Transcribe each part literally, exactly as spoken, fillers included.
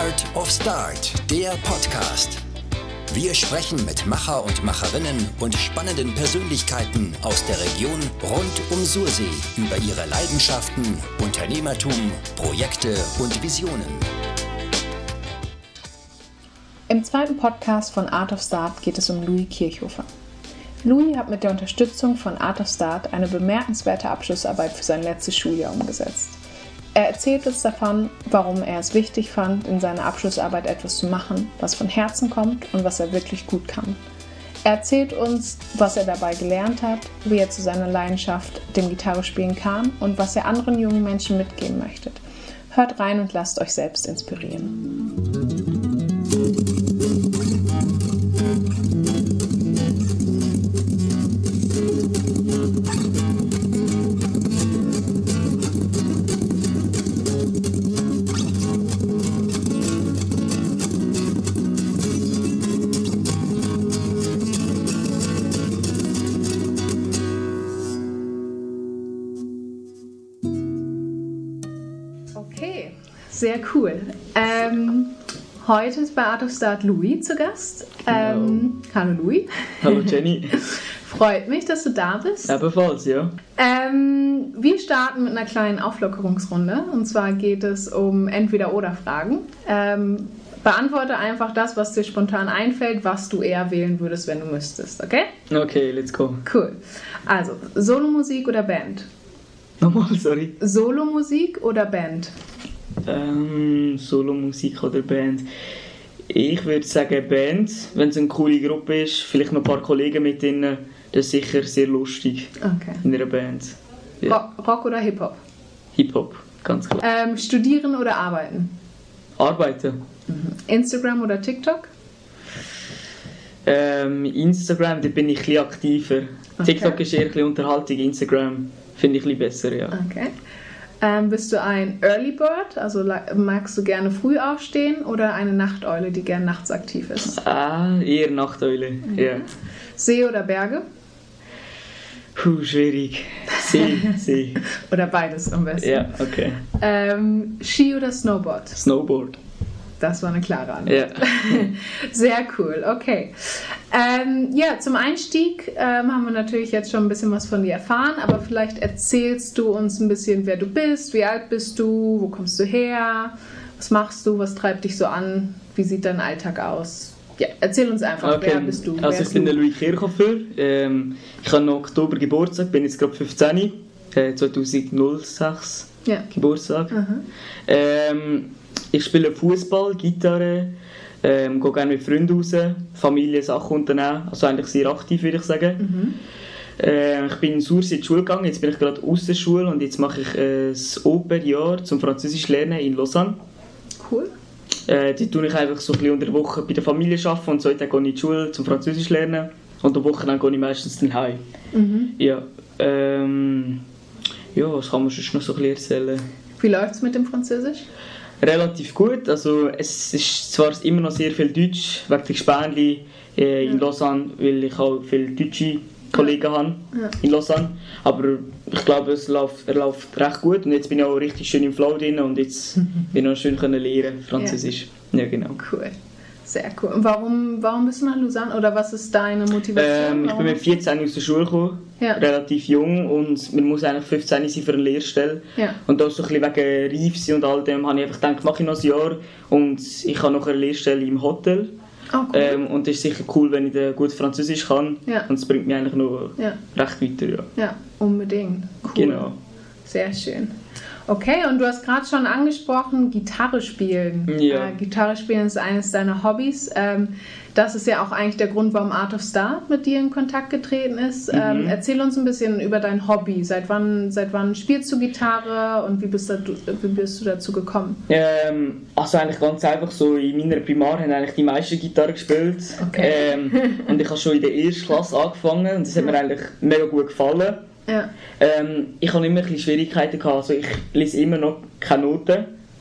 Art of Start, der Podcast. Wir sprechen mit Macher und Macherinnen und spannenden Persönlichkeiten aus der Region rund um Sursee über ihre Leidenschaften, Unternehmertum, Projekte und Visionen. Im zweiten Podcast von Art of Start geht es um Louis Kirchhofer. Louis hat mit der Unterstützung von Art of Start eine bemerkenswerte Abschlussarbeit für sein letztes Schuljahr umgesetzt. Er erzählt uns davon, warum er es wichtig fand, in seiner Abschlussarbeit etwas zu machen, was von Herzen kommt und was er wirklich gut kann. Er erzählt uns, was er dabei gelernt hat, wie er zu seiner Leidenschaft, dem Gitarrespielen kam und was er anderen jungen Menschen mitgeben möchte. Hört rein und lasst euch selbst inspirieren. Sehr cool. Ähm, heute ist bei Art of Start Louis zu Gast. Ähm, hallo Louis. Hallo Jenny. Freut mich, dass du da bist. Ebenfalls, ja. Ähm, wir starten mit einer kleinen Auflockerungsrunde. Und zwar geht es um Entweder-Oder-Fragen. Ähm, beantworte einfach das, was dir spontan einfällt, was du eher wählen würdest, wenn du müsstest, okay? Okay, let's go. Cool. Also, Solomusik oder Band? Nochmal, sorry. Solomusik oder Band? Ähm, Solo-Musik oder Band? Ich würde sagen Band, wenn es eine coole Gruppe ist, vielleicht noch ein paar Kollegen mit drin, das ist sicher sehr lustig okay. in einer Band. Ja. Rock, Rock oder Hip-Hop? Hip-Hop, ganz klar. Ähm, studieren oder arbeiten? Arbeiten. Mhm. Instagram oder TikTok? Ähm, Instagram, da bin ich ein bisschen aktiver. Okay. TikTok ist eher ein bisschen Unterhaltung, Instagram finde ich ein bisschen besser, ja. Okay. Ähm, bist du ein Early Bird, also magst du gerne früh aufstehen, oder eine Nachteule, die gerne nachts aktiv ist? Ah, eher Nachteule, mhm. ja. See oder Berge? Puh, schwierig. See, See. Oder beides am besten. Ja, okay. Ähm, Ski oder Snowboard? Snowboard. Das war eine klare Antwort. Ja. Sehr cool, okay. Ähm, ja, zum Einstieg ähm, haben wir natürlich jetzt schon ein bisschen was von dir erfahren, aber vielleicht erzählst du uns ein bisschen, wer du bist, wie alt bist du, wo kommst du her, was machst du, was treibt dich so an, wie sieht dein Alltag aus? Ja, erzähl uns einfach, okay. Wer bist du? Also ich bin der Louis Kirchhofer, ähm, ich habe noch Oktober Geburtstag, bin jetzt gerade fünfzehn, äh, zweitausendsechs ja. Geburtstag. Ähm, Ich spiele Fußball, Gitarre, ähm, gehe gerne mit Freunden raus, Familie, Sachen unternehmen, also eigentlich sehr aktiv, würde ich sagen. Mhm. Äh, ich bin in Sursee in die Schule gegangen, jetzt bin ich gerade aus der Schule und jetzt mache ich äh, das Au-pair-Jahr zum Französisch lernen in Lausanne. Cool. Äh, dort tue ich einfach so ein bisschen unter der Woche bei der Familie arbeiten und so gehe ich in die Schule zum Französisch lernen und am Wochenende gehe ich meistens dann heim. Mhm. Ja, ähm, ja, was kann man sonst noch so ein bisschen erzählen? Wie läuft es mit dem Französisch? Relativ gut, also es ist zwar immer noch sehr viel Deutsch, wegen der Spänli äh, in ja. Lausanne, weil ich auch viele deutsche Kollegen ja. habe ja. in Lausanne, aber ich glaube, es läuft, er läuft recht gut und jetzt bin ich auch richtig schön im Flow drin und jetzt bin ich auch schön können lernen, Französisch. Ja. ja, genau. Cool. Sehr cool. Und warum, warum bist du nach Lausanne? Oder was ist deine Motivation? Ähm, ich bin mit vierzehn aus der Schule gekommen, ja. relativ jung, und man muss eigentlich fünfzehn sein für eine Lehrstelle. Ja. Und da so ein bisschen wegen Reif und all dem habe ich einfach gedacht, mache ich noch ein Jahr und ich habe noch eine Lehrstelle im Hotel. Oh, cool. ähm, und es ist sicher cool, wenn ich da gut Französisch kann. Ja. Und es bringt mich eigentlich noch ja. recht weiter. Ja, ja, unbedingt. Cool. Genau. Sehr schön. Okay, und du hast gerade schon angesprochen, Gitarre spielen. Ja. Äh, Gitarre spielen ist eines deiner Hobbys. Ähm, das ist ja auch eigentlich der Grund, warum Art of Start mit dir in Kontakt getreten ist. Mhm. Ähm, erzähl uns ein bisschen über dein Hobby. Seit wann, seit wann spielst du Gitarre und wie bist, da, wie bist du dazu gekommen? Ähm, also eigentlich ganz einfach so, in meiner Primar haben eigentlich die meisten Gitarre gespielt. Okay. Ähm, und ich habe schon in der ersten Klasse angefangen und das hat mir eigentlich mega gut gefallen. Ja. Ähm, ich hatte immer ein bisschen Schwierigkeiten gehabt, also ich lese immer noch keine Noten,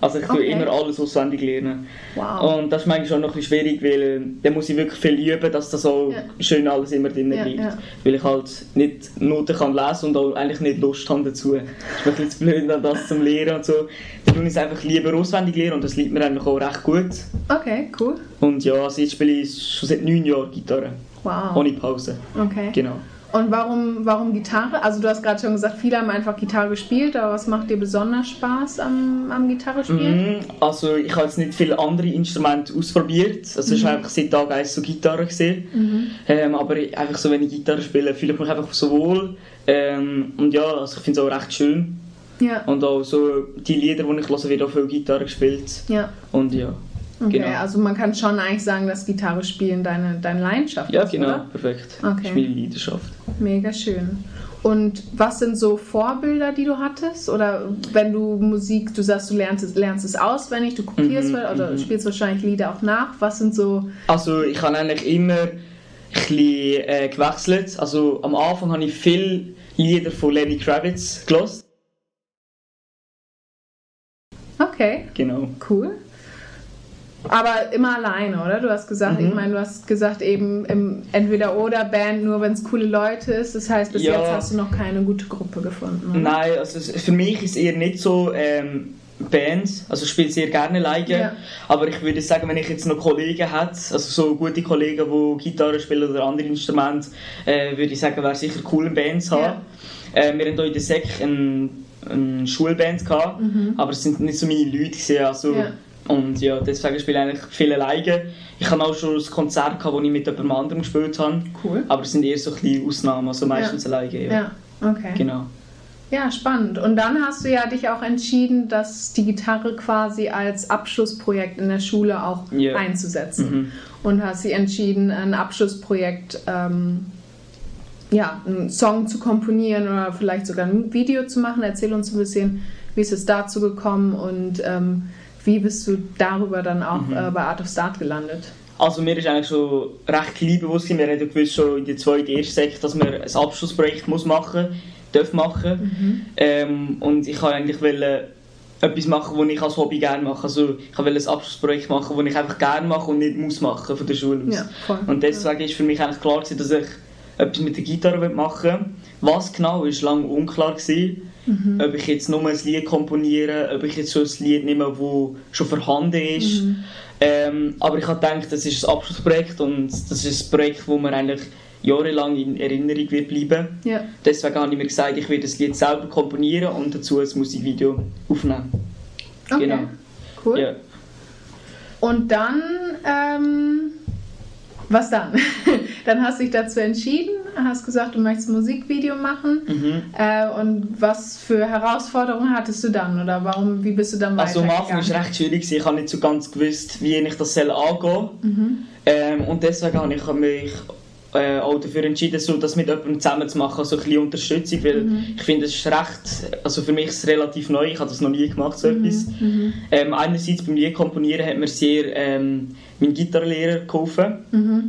Also ich tue Okay. immer alles auswendig lernen. Wow. Und das ist manchmal schon noch ein bisschen schwierig, weil äh, da muss ich wirklich viel üben, dass das so Ja. schön alles immer drin Ja, liegt. ja. Weil ich halt nicht Noten kann lesen und auch eigentlich nicht Lust habe dazu. Das ist mir ein bisschen zu blöd, das zum Lehren und so. Dann tue ich es einfach lieber auswendig lernen und das liegt mir eigentlich auch recht gut. Okay, cool. Und ja, also jetzt spiele ich schon seit neun Jahren Gitarre. Wow. Ohne Pause. Okay. Genau. Und warum, warum Gitarre? Also du hast gerade schon gesagt, viele haben einfach Gitarre gespielt, aber was macht dir besonders Spaß am, am Gitarre spielen? Mhm, also ich habe jetzt nicht viele andere Instrumente ausprobiert. Also es war einfach seit Tag eins so Gitarre gewesen. Mhm. Ähm, aber einfach so, wenn ich Gitarre spiele, fühle ich mich einfach so wohl. Ähm, und ja, also ich finde es auch recht schön. Ja. Und auch so die Lieder, die ich höre, wird auch viel Gitarre gespielt. Ja. Und ja, Okay, genau. also man kann schon eigentlich sagen, dass Gitarre spielen deine, deine Leidenschaft Ja, ist, genau, oder? perfekt. Okay. Das ist meine Leidenschaft. Mega schön. Und was sind so Vorbilder, die du hattest? Oder wenn du Musik, du sagst, du lernst es, lernst es auswendig, du kopierst Mhm, oder mhm. spielst wahrscheinlich Lieder auch nach. Was sind so... Also ich habe eigentlich immer ein bisschen äh, gewechselt. Also am Anfang habe ich viele Lieder von Lenny Kravitz gehört. Okay, Genau. cool. Aber immer alleine, oder? Du hast gesagt, Mhm. ich meine, du hast gesagt eben im Entweder-Oder-Band, nur wenn es coole Leute ist. Das heißt, bis Ja. jetzt hast du noch keine gute Gruppe gefunden, oder? Nein, also es- für mich ist es eher nicht so ähm, Bands. Also ich spiele sehr gerne alleine. Ja. Aber ich würde sagen, wenn ich jetzt noch Kollegen hätte, also so gute Kollegen, die Gitarre spielen oder andere Instrumente, äh, würde ich sagen, wäre sicher cool, eine Band zu haben. Ja. Äh, wir hatten hier in der Sek eine, eine Schulband gehabt, aber es sind nicht so meine Leute gewesen, also Ja. und ja, deswegen spiele ich eigentlich viel alleine. Ich hatte auch schon ein Konzert gehabt, wo ich mit jemand anderem gespielt habe. Cool. Aber es sind eher so ein bisschen Ausnahmen, also meistens alleine. Ja. Ja, okay. Genau. Ja, spannend. Und dann hast du ja dich auch entschieden, dass die Gitarre quasi als Abschlussprojekt in der Schule auch Ja. einzusetzen. Mhm. Und hast sie entschieden, ein Abschlussprojekt, ähm, ja, einen Song zu komponieren oder vielleicht sogar ein Video zu machen. Erzähl uns ein bisschen, wie ist es dazu gekommen und ähm, wie bist du darüber dann auch Mhm. äh, bei Art of Start gelandet? Also mir ist eigentlich schon recht klein bewusst, wir haben ja gewusst schon in der zweiten, ersten Sek, dass man ein Abschlussprojekt muss machen darf machen. Mhm. Ähm, und ich wollte eigentlich wollte etwas machen, was ich als Hobby gerne mache. Also ich wollte ein Abschlussprojekt machen, das ich einfach gerne mache und nicht muss machen von der Schule aus. Ja, voll. Und deswegen ist für mich eigentlich klar gewesen, dass ich etwas mit der Gitarre machen will. Was genau, ist lange unklar gewesen. Mhm. Ob ich jetzt nur ein Lied komponiere, ob ich jetzt schon ein Lied nehme, das schon vorhanden ist. Mhm. Ähm, aber ich habe gedacht, das ist ein Abschlussprojekt und das ist ein Projekt, das mir eigentlich jahrelang in Erinnerung wird bleiben. Ja. Deswegen habe ich mir gesagt, ich werde das Lied selber komponieren und dazu ein Musikvideo aufnehmen. Okay, Genau. cool. Ja. Und dann, ähm, was dann? Dann hast du dich dazu entschieden, hast gesagt, du möchtest ein Musikvideo machen. Mhm. Äh, und was für Herausforderungen hattest du dann? Oder warum, wie bist du dann Also am Anfang weitergegangen? war es recht schwierig, ich habe nicht so ganz gewusst, wie ich das angehen soll. Mhm. Ähm, und deswegen habe ich mich äh, auch dafür entschieden, so das mit jemandem zusammen zu machen, so ein bisschen Unterstützung, weil Mhm. ich finde, es ist recht, also für mich ist es relativ neu, ich habe das noch nie gemacht, so etwas. Mhm. Ähm, einerseits beim Lied komponieren hat mir sehr ähm, mein Gitarrenlehrer geholfen. Mhm.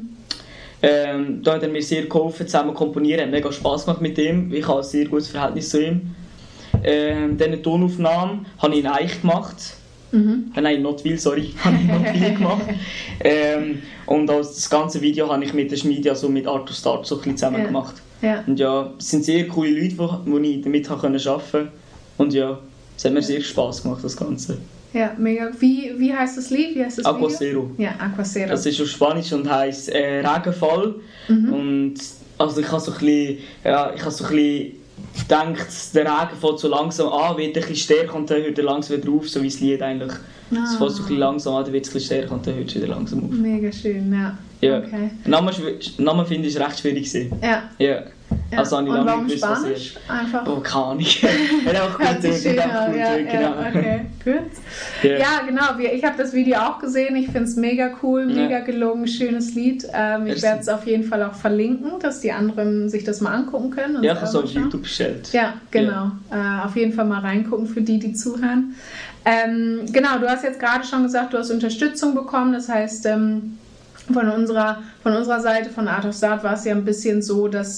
Ähm, da hat er mir sehr geholfen, zusammen komponieren, hat mega Spass gemacht mit ihm, ich habe ein sehr gutes Verhältnis zu ihm. Ähm, dann eine Tonaufnahme habe ich in Eich gemacht. Mhm. Äh, nein, Notwil, sorry, habe ich in Notwil gemacht. Ähm, und auch das ganze Video habe ich mit der Schmiede, also mit Art of Start, so ein bisschen zusammen Ja. gemacht. Ja. Und ja, es sind sehr coole Leute, die, die ich damit arbeiten konnte. Und ja, es hat mir sehr Spass gemacht, das Ganze. Ja, mega. Wie, wie heißt das Lied? Wie heißt das Aguacero. Video? Ja, Aguacero. Das ist auf Spanisch und heisst äh, Regenfall. Mhm. Und also ich habe so ein bisschen, ja, ich habe so ein bisschen gedacht, der Regen fällt so langsam an, wird ein bisschen stärker und dann hört er langsam wieder auf, so wie das Lied eigentlich. Es fällt so ein bisschen langsam an, dann wird es ein bisschen stärker und dann hört es wieder langsam auf. Mega schön, ja. Ja. Okay. Den Namen, schw- den Namen finde ich recht schwierig gewesen. Ja. Ja. Ja. Also habe ich und lange warum nicht gewusst, was Spanisch? Einfach. Oh, keine Ahnung. Hat auch gut Hört sich schön getönt, hat auch an, gut ja, getönt, ja, genau. okay, gut. Ja. Ja, genau, wir, ich habe das Video auch gesehen, ich finde es mega cool, Ja. mega gelungen, schönes Lied. Ähm, ich Merci. werde es auf jeden Fall auch verlinken, dass die anderen sich das mal angucken können. und Ja, ich habe es selber auf schauen. YouTube bestellt. Ja, genau. Äh, auf jeden Fall mal reingucken für die, die zuhören. Ähm, genau, du hast jetzt gerade schon gesagt, du hast Unterstützung bekommen, das heißt, ähm, von unserer, von unserer Seite, von Art of Start, war es ja ein bisschen so, dass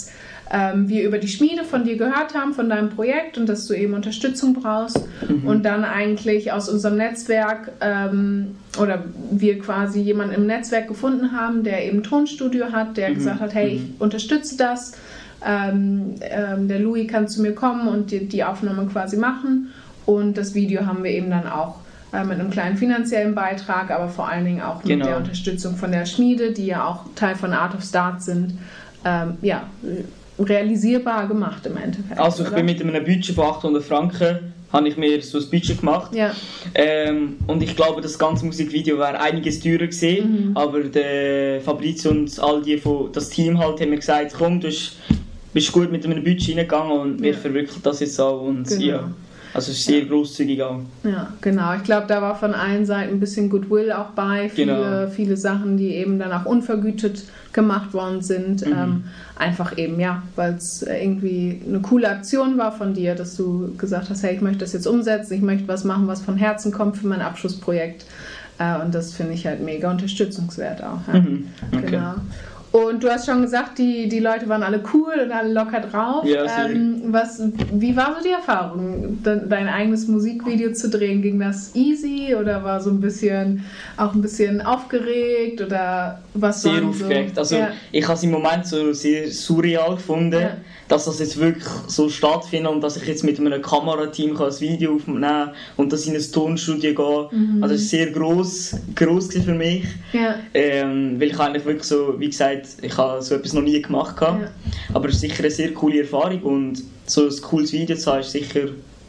ähm, wir über die Schmiede von dir gehört haben, von deinem Projekt und dass du eben Unterstützung brauchst mhm. und dann eigentlich aus unserem Netzwerk ähm, oder wir quasi jemanden im Netzwerk gefunden haben, der eben ein Tonstudio hat, der mhm. gesagt hat, hey, ich unterstütze das, ähm, ähm, der Louis kann zu mir kommen und die, die Aufnahme quasi machen und das Video haben wir eben dann auch äh, mit einem kleinen finanziellen Beitrag, aber vor allen Dingen auch mit genau. der Unterstützung von der Schmiede, die ja auch Teil von Art of Start sind, ähm, ja, realisierbar gemacht im Endeffekt. Also ich oder? bin mit einem Budget von achthundert Franken habe ich mir so ein Budget gemacht. Ja. Ähm, und ich glaube, das ganze Musikvideo wäre einiges teurer gewesen, mhm. aber der Fabrizio und all die von das Team halt haben mir gesagt, komm, du bist gut mit einem Budget reingegangen und wir ja. verwirklichen das jetzt auch. Und genau. ja, also es ist sehr ja. grosszügig auch. Ja, genau. Ich glaube, da war von allen Seiten ein bisschen Goodwill auch bei. Viele, genau. viele Sachen, die eben dann auch unvergütet gemacht worden sind. Mhm. Ähm, einfach eben, ja, weil es irgendwie eine coole Aktion war von dir, dass du gesagt hast, hey, ich möchte das jetzt umsetzen, ich möchte was machen, was von Herzen kommt für mein Abschlussprojekt. Äh, und das finde ich halt mega unterstützungswert auch. Ja. Mhm. Okay. Genau. Und du hast schon gesagt, die, die Leute waren alle cool und alle locker drauf. Ja, ähm, was, wie war so die Erfahrung, dein eigenes Musikvideo zu drehen? Ging das easy oder war so ein bisschen auch ein bisschen aufgeregt oder was? Sehr aufgeregt. So? Also ja. ich habe es im Moment so sehr surreal gefunden, ja. dass das jetzt wirklich so stattfindet und dass ich jetzt mit einem Kamerateam ein Video aufnehmen kann und dass ich in ein Tonstudio gehe. Mhm. Also es war sehr gross, gross für mich, ja. ähm, weil ich eigentlich wirklich so, wie gesagt, ich habe so etwas noch nie gemacht. Ja. Aber es ist sicher eine sehr coole Erfahrung und so ein cooles Video zu haben ist sicher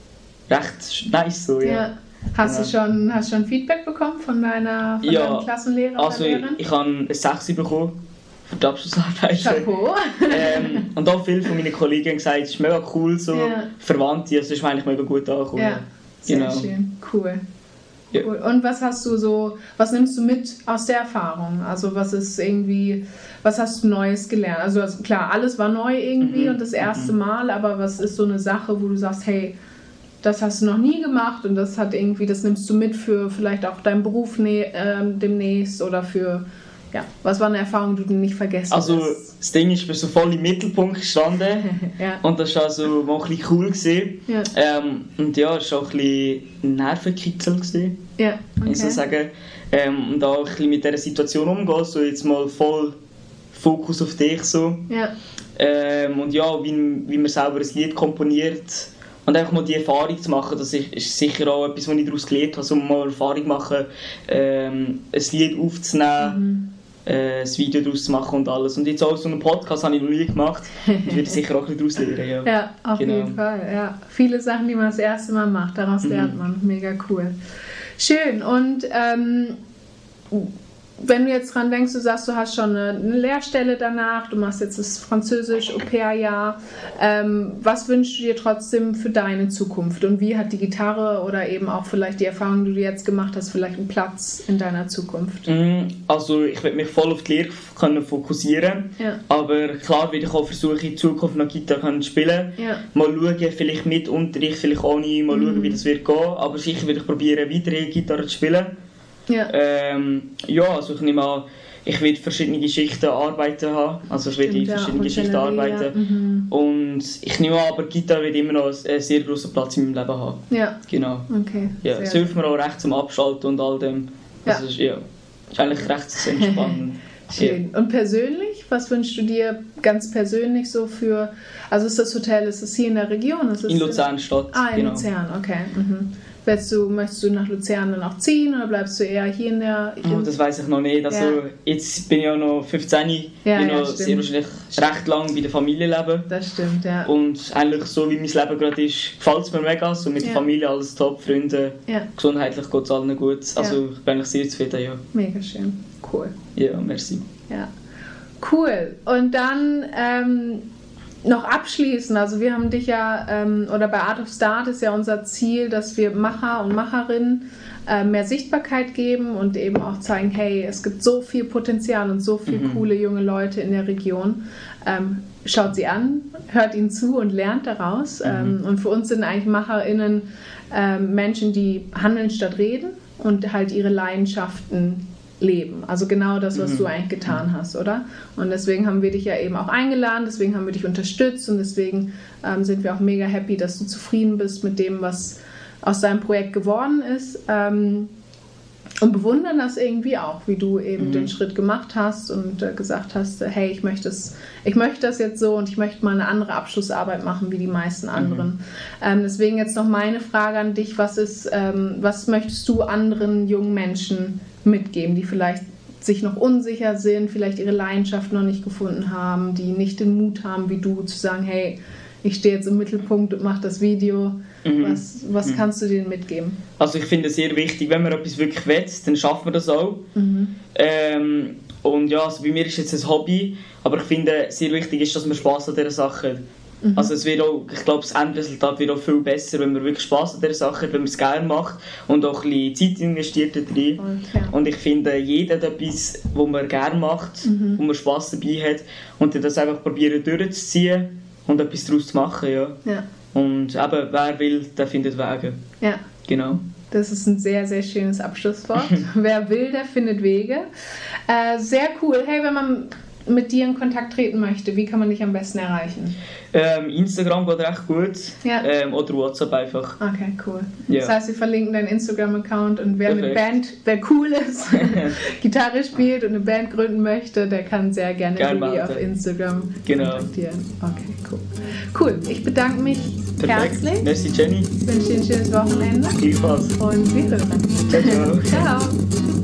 recht nice. So, ja. Ja. Hast, genau. du schon, hast du schon Feedback bekommen von, deiner, von ja. deinem Klassenlehrer? Also oder Lehrerin? Ich, ich habe eine sechs bekommen für die Abschlussarbeit. Chapeau. ähm, und auch viele von meinen Kollegen haben gesagt, es ist mega cool, so ja. Verwandte, also es ist eigentlich mega gut angekommen. Ja, sehr genau. schön, cool. Ja. Cool. Und was hast du so, was nimmst du mit aus der Erfahrung? Also was ist irgendwie, was hast du Neues gelernt? Also klar, alles war neu irgendwie mhm. und das erste mhm. Mal, aber was ist so eine Sache, wo du sagst, hey, das hast du noch nie gemacht und das hat irgendwie, das nimmst du mit für vielleicht auch deinen Beruf ne, äh, demnächst oder für, ja, was war eine Erfahrung, die du nicht vergessen hast? Also das Ding ist, ich bin so voll im Mittelpunkt gestanden ja. und das war also mal ein bisschen cool gewesen. Ja. Ähm, und ja, es war auch ein bisschen Nervenkitzel gewesen, ja, okay. ich so sagen. Ähm, und auch ein bisschen mit dieser Situation umgehen, so jetzt mal voll Fokus auf dich so. Ja. Ähm, und ja, wie, wie man selber ein Lied komponiert. Und einfach mal die Erfahrung zu machen, das ist, ist sicher auch etwas, was ich daraus gelernt habe, so mal Erfahrung machen, ähm, ein Lied aufzunehmen, mhm. äh, ein Video daraus zu machen und alles. Und jetzt auch so einen Podcast habe ich noch nie gemacht, ich werde sicher auch ein bisschen daraus lernen. Ja, ja auf genau. jeden Fall. Ja. Viele Sachen, die man das erste Mal macht, daraus mhm. lernt man. Mega cool. Schön. Und ähm, wenn du jetzt dran denkst, du sagst, du hast schon eine, eine Lehrstelle danach, du machst jetzt das Französisch Au pair-Jahr, ähm, was wünschst du dir trotzdem für deine Zukunft und wie hat die Gitarre oder eben auch vielleicht die Erfahrung, die du jetzt gemacht hast, vielleicht einen Platz in deiner Zukunft? Also ich werde mich voll auf die Lehre können fokussieren, ja. aber klar werde ich auch versuchen, in Zukunft noch Gitarre zu spielen. Ja. Mal schauen, vielleicht mit Unterricht, vielleicht auch nicht, mal schauen, mhm. wie das wird gehen, aber sicher werde ich probieren, weiterhin Gitarre zu spielen. Ja. Ähm, ja, also ich nehme an, ich werde verschiedene Geschichten arbeiten haben, also ich werde in verschiedenen ja, Geschichten arbeiten ja. mhm. und ich nehme an, aber Gitarre wird immer noch einen sehr grossen Platz in meinem Leben haben. Ja. Genau. Okay. Ja, es hilft mir auch recht zum Abschalten und all dem. Das ja. ist, ja, ist eigentlich recht entspannend. Schön. Ja. Und persönlich, was wünschst du dir ganz persönlich so für, also ist das Hotel, ist es hier in der Region? Ist es in Luzern Stadt. Ah, in genau. Luzern, okay. Mhm. Willst du, möchtest du nach Luzern dann auch ziehen oder bleibst du eher hier in der... In oh, das weiß ich noch nicht. Also, ja. Jetzt bin ich auch noch fünfzehn, ja, bin ja, noch sehr wahrscheinlich recht lang bei der Familie leben. Das stimmt, ja. Und eigentlich so wie mein Leben gerade ist, gefällt es mir mega. So mit ja. der Familie, alles top, Freunde, ja. gesundheitlich geht es allen gut. Also ja. ich bin eigentlich sehr zufrieden, ja. Mega schön, cool. Ja, merci. Ja, cool. Und dann... Ähm, noch abschließen, also wir haben dich ja, ähm, oder bei Art of Start ist ja unser Ziel, dass wir Macher und Macherinnen äh, mehr Sichtbarkeit geben und eben auch zeigen, hey, es gibt so viel Potenzial und so viele mhm. coole junge Leute in der Region. Ähm, schaut sie an, hört ihnen zu und lernt daraus. Mhm. Ähm, und für uns sind eigentlich MacherInnen äh, Menschen, die handeln statt reden und halt ihre Leidenschaften leben. Also genau das, was mhm. du eigentlich getan hast, oder? Und deswegen haben wir dich ja eben auch eingeladen, deswegen haben wir dich unterstützt und deswegen ähm, sind wir auch mega happy, dass du zufrieden bist mit dem, was aus deinem Projekt geworden ist. Ähm, und bewundern das irgendwie auch, wie du eben mhm. den Schritt gemacht hast und äh, gesagt hast, äh, hey, ich möchte, es, ich möchte das jetzt so und ich möchte mal eine andere Abschlussarbeit machen wie die meisten anderen. Mhm. Ähm, deswegen jetzt noch meine Frage an dich, was ist, ähm, was möchtest du anderen jungen Menschen mitgeben, die vielleicht sich noch unsicher sind, vielleicht ihre Leidenschaft noch nicht gefunden haben, die nicht den Mut haben wie du, zu sagen, hey, ich stehe jetzt im Mittelpunkt und mache das Video. Mhm. Was, was mhm. kannst du denen mitgeben? Also ich finde es sehr wichtig, wenn man etwas wirklich will, dann schafft man das auch. Mhm. Ähm, und ja, also bei mir ist jetzt ein Hobby, aber ich finde, sehr wichtig ist, dass man Spass an dieser Sache hat. Mhm. Also es wird auch, ich glaube, das Endresultat wird auch viel besser, wenn man wirklich Spass an dieser Sache hat, wenn man es gerne macht und auch ein bisschen Zeit investiert da drin. Okay. Und ich finde, jeder hat etwas, was man gerne macht, mhm. wo man Spass dabei hat und dann das einfach probieren durchzuziehen und etwas daraus zu machen, ja. ja. Und eben, wer will, der findet Wege. Ja. Genau. Das ist ein sehr, sehr schönes Abschlusswort. Wer will, der findet Wege. Äh, sehr cool. Hey, wenn man mit dir in Kontakt treten möchte, wie kann man dich am besten erreichen? Ähm, Instagram geht recht gut. Ja. Ähm, oder WhatsApp einfach. Okay, cool. Ja. Das heißt, wir verlinken deinen Instagram-Account und wer Perfekt. Eine Band, wer cool ist, Gitarre spielt und eine Band gründen möchte, der kann sehr gerne Gern Lili auf Instagram genau. kontaktieren. Okay, cool. Cool, ich bedanke mich Perfekt. herzlich. Merci Jenny. Ich wünsche dir ein schönes Wochenende. Viel Spaß. Und wir hören. Ciao, ciao. Ciao.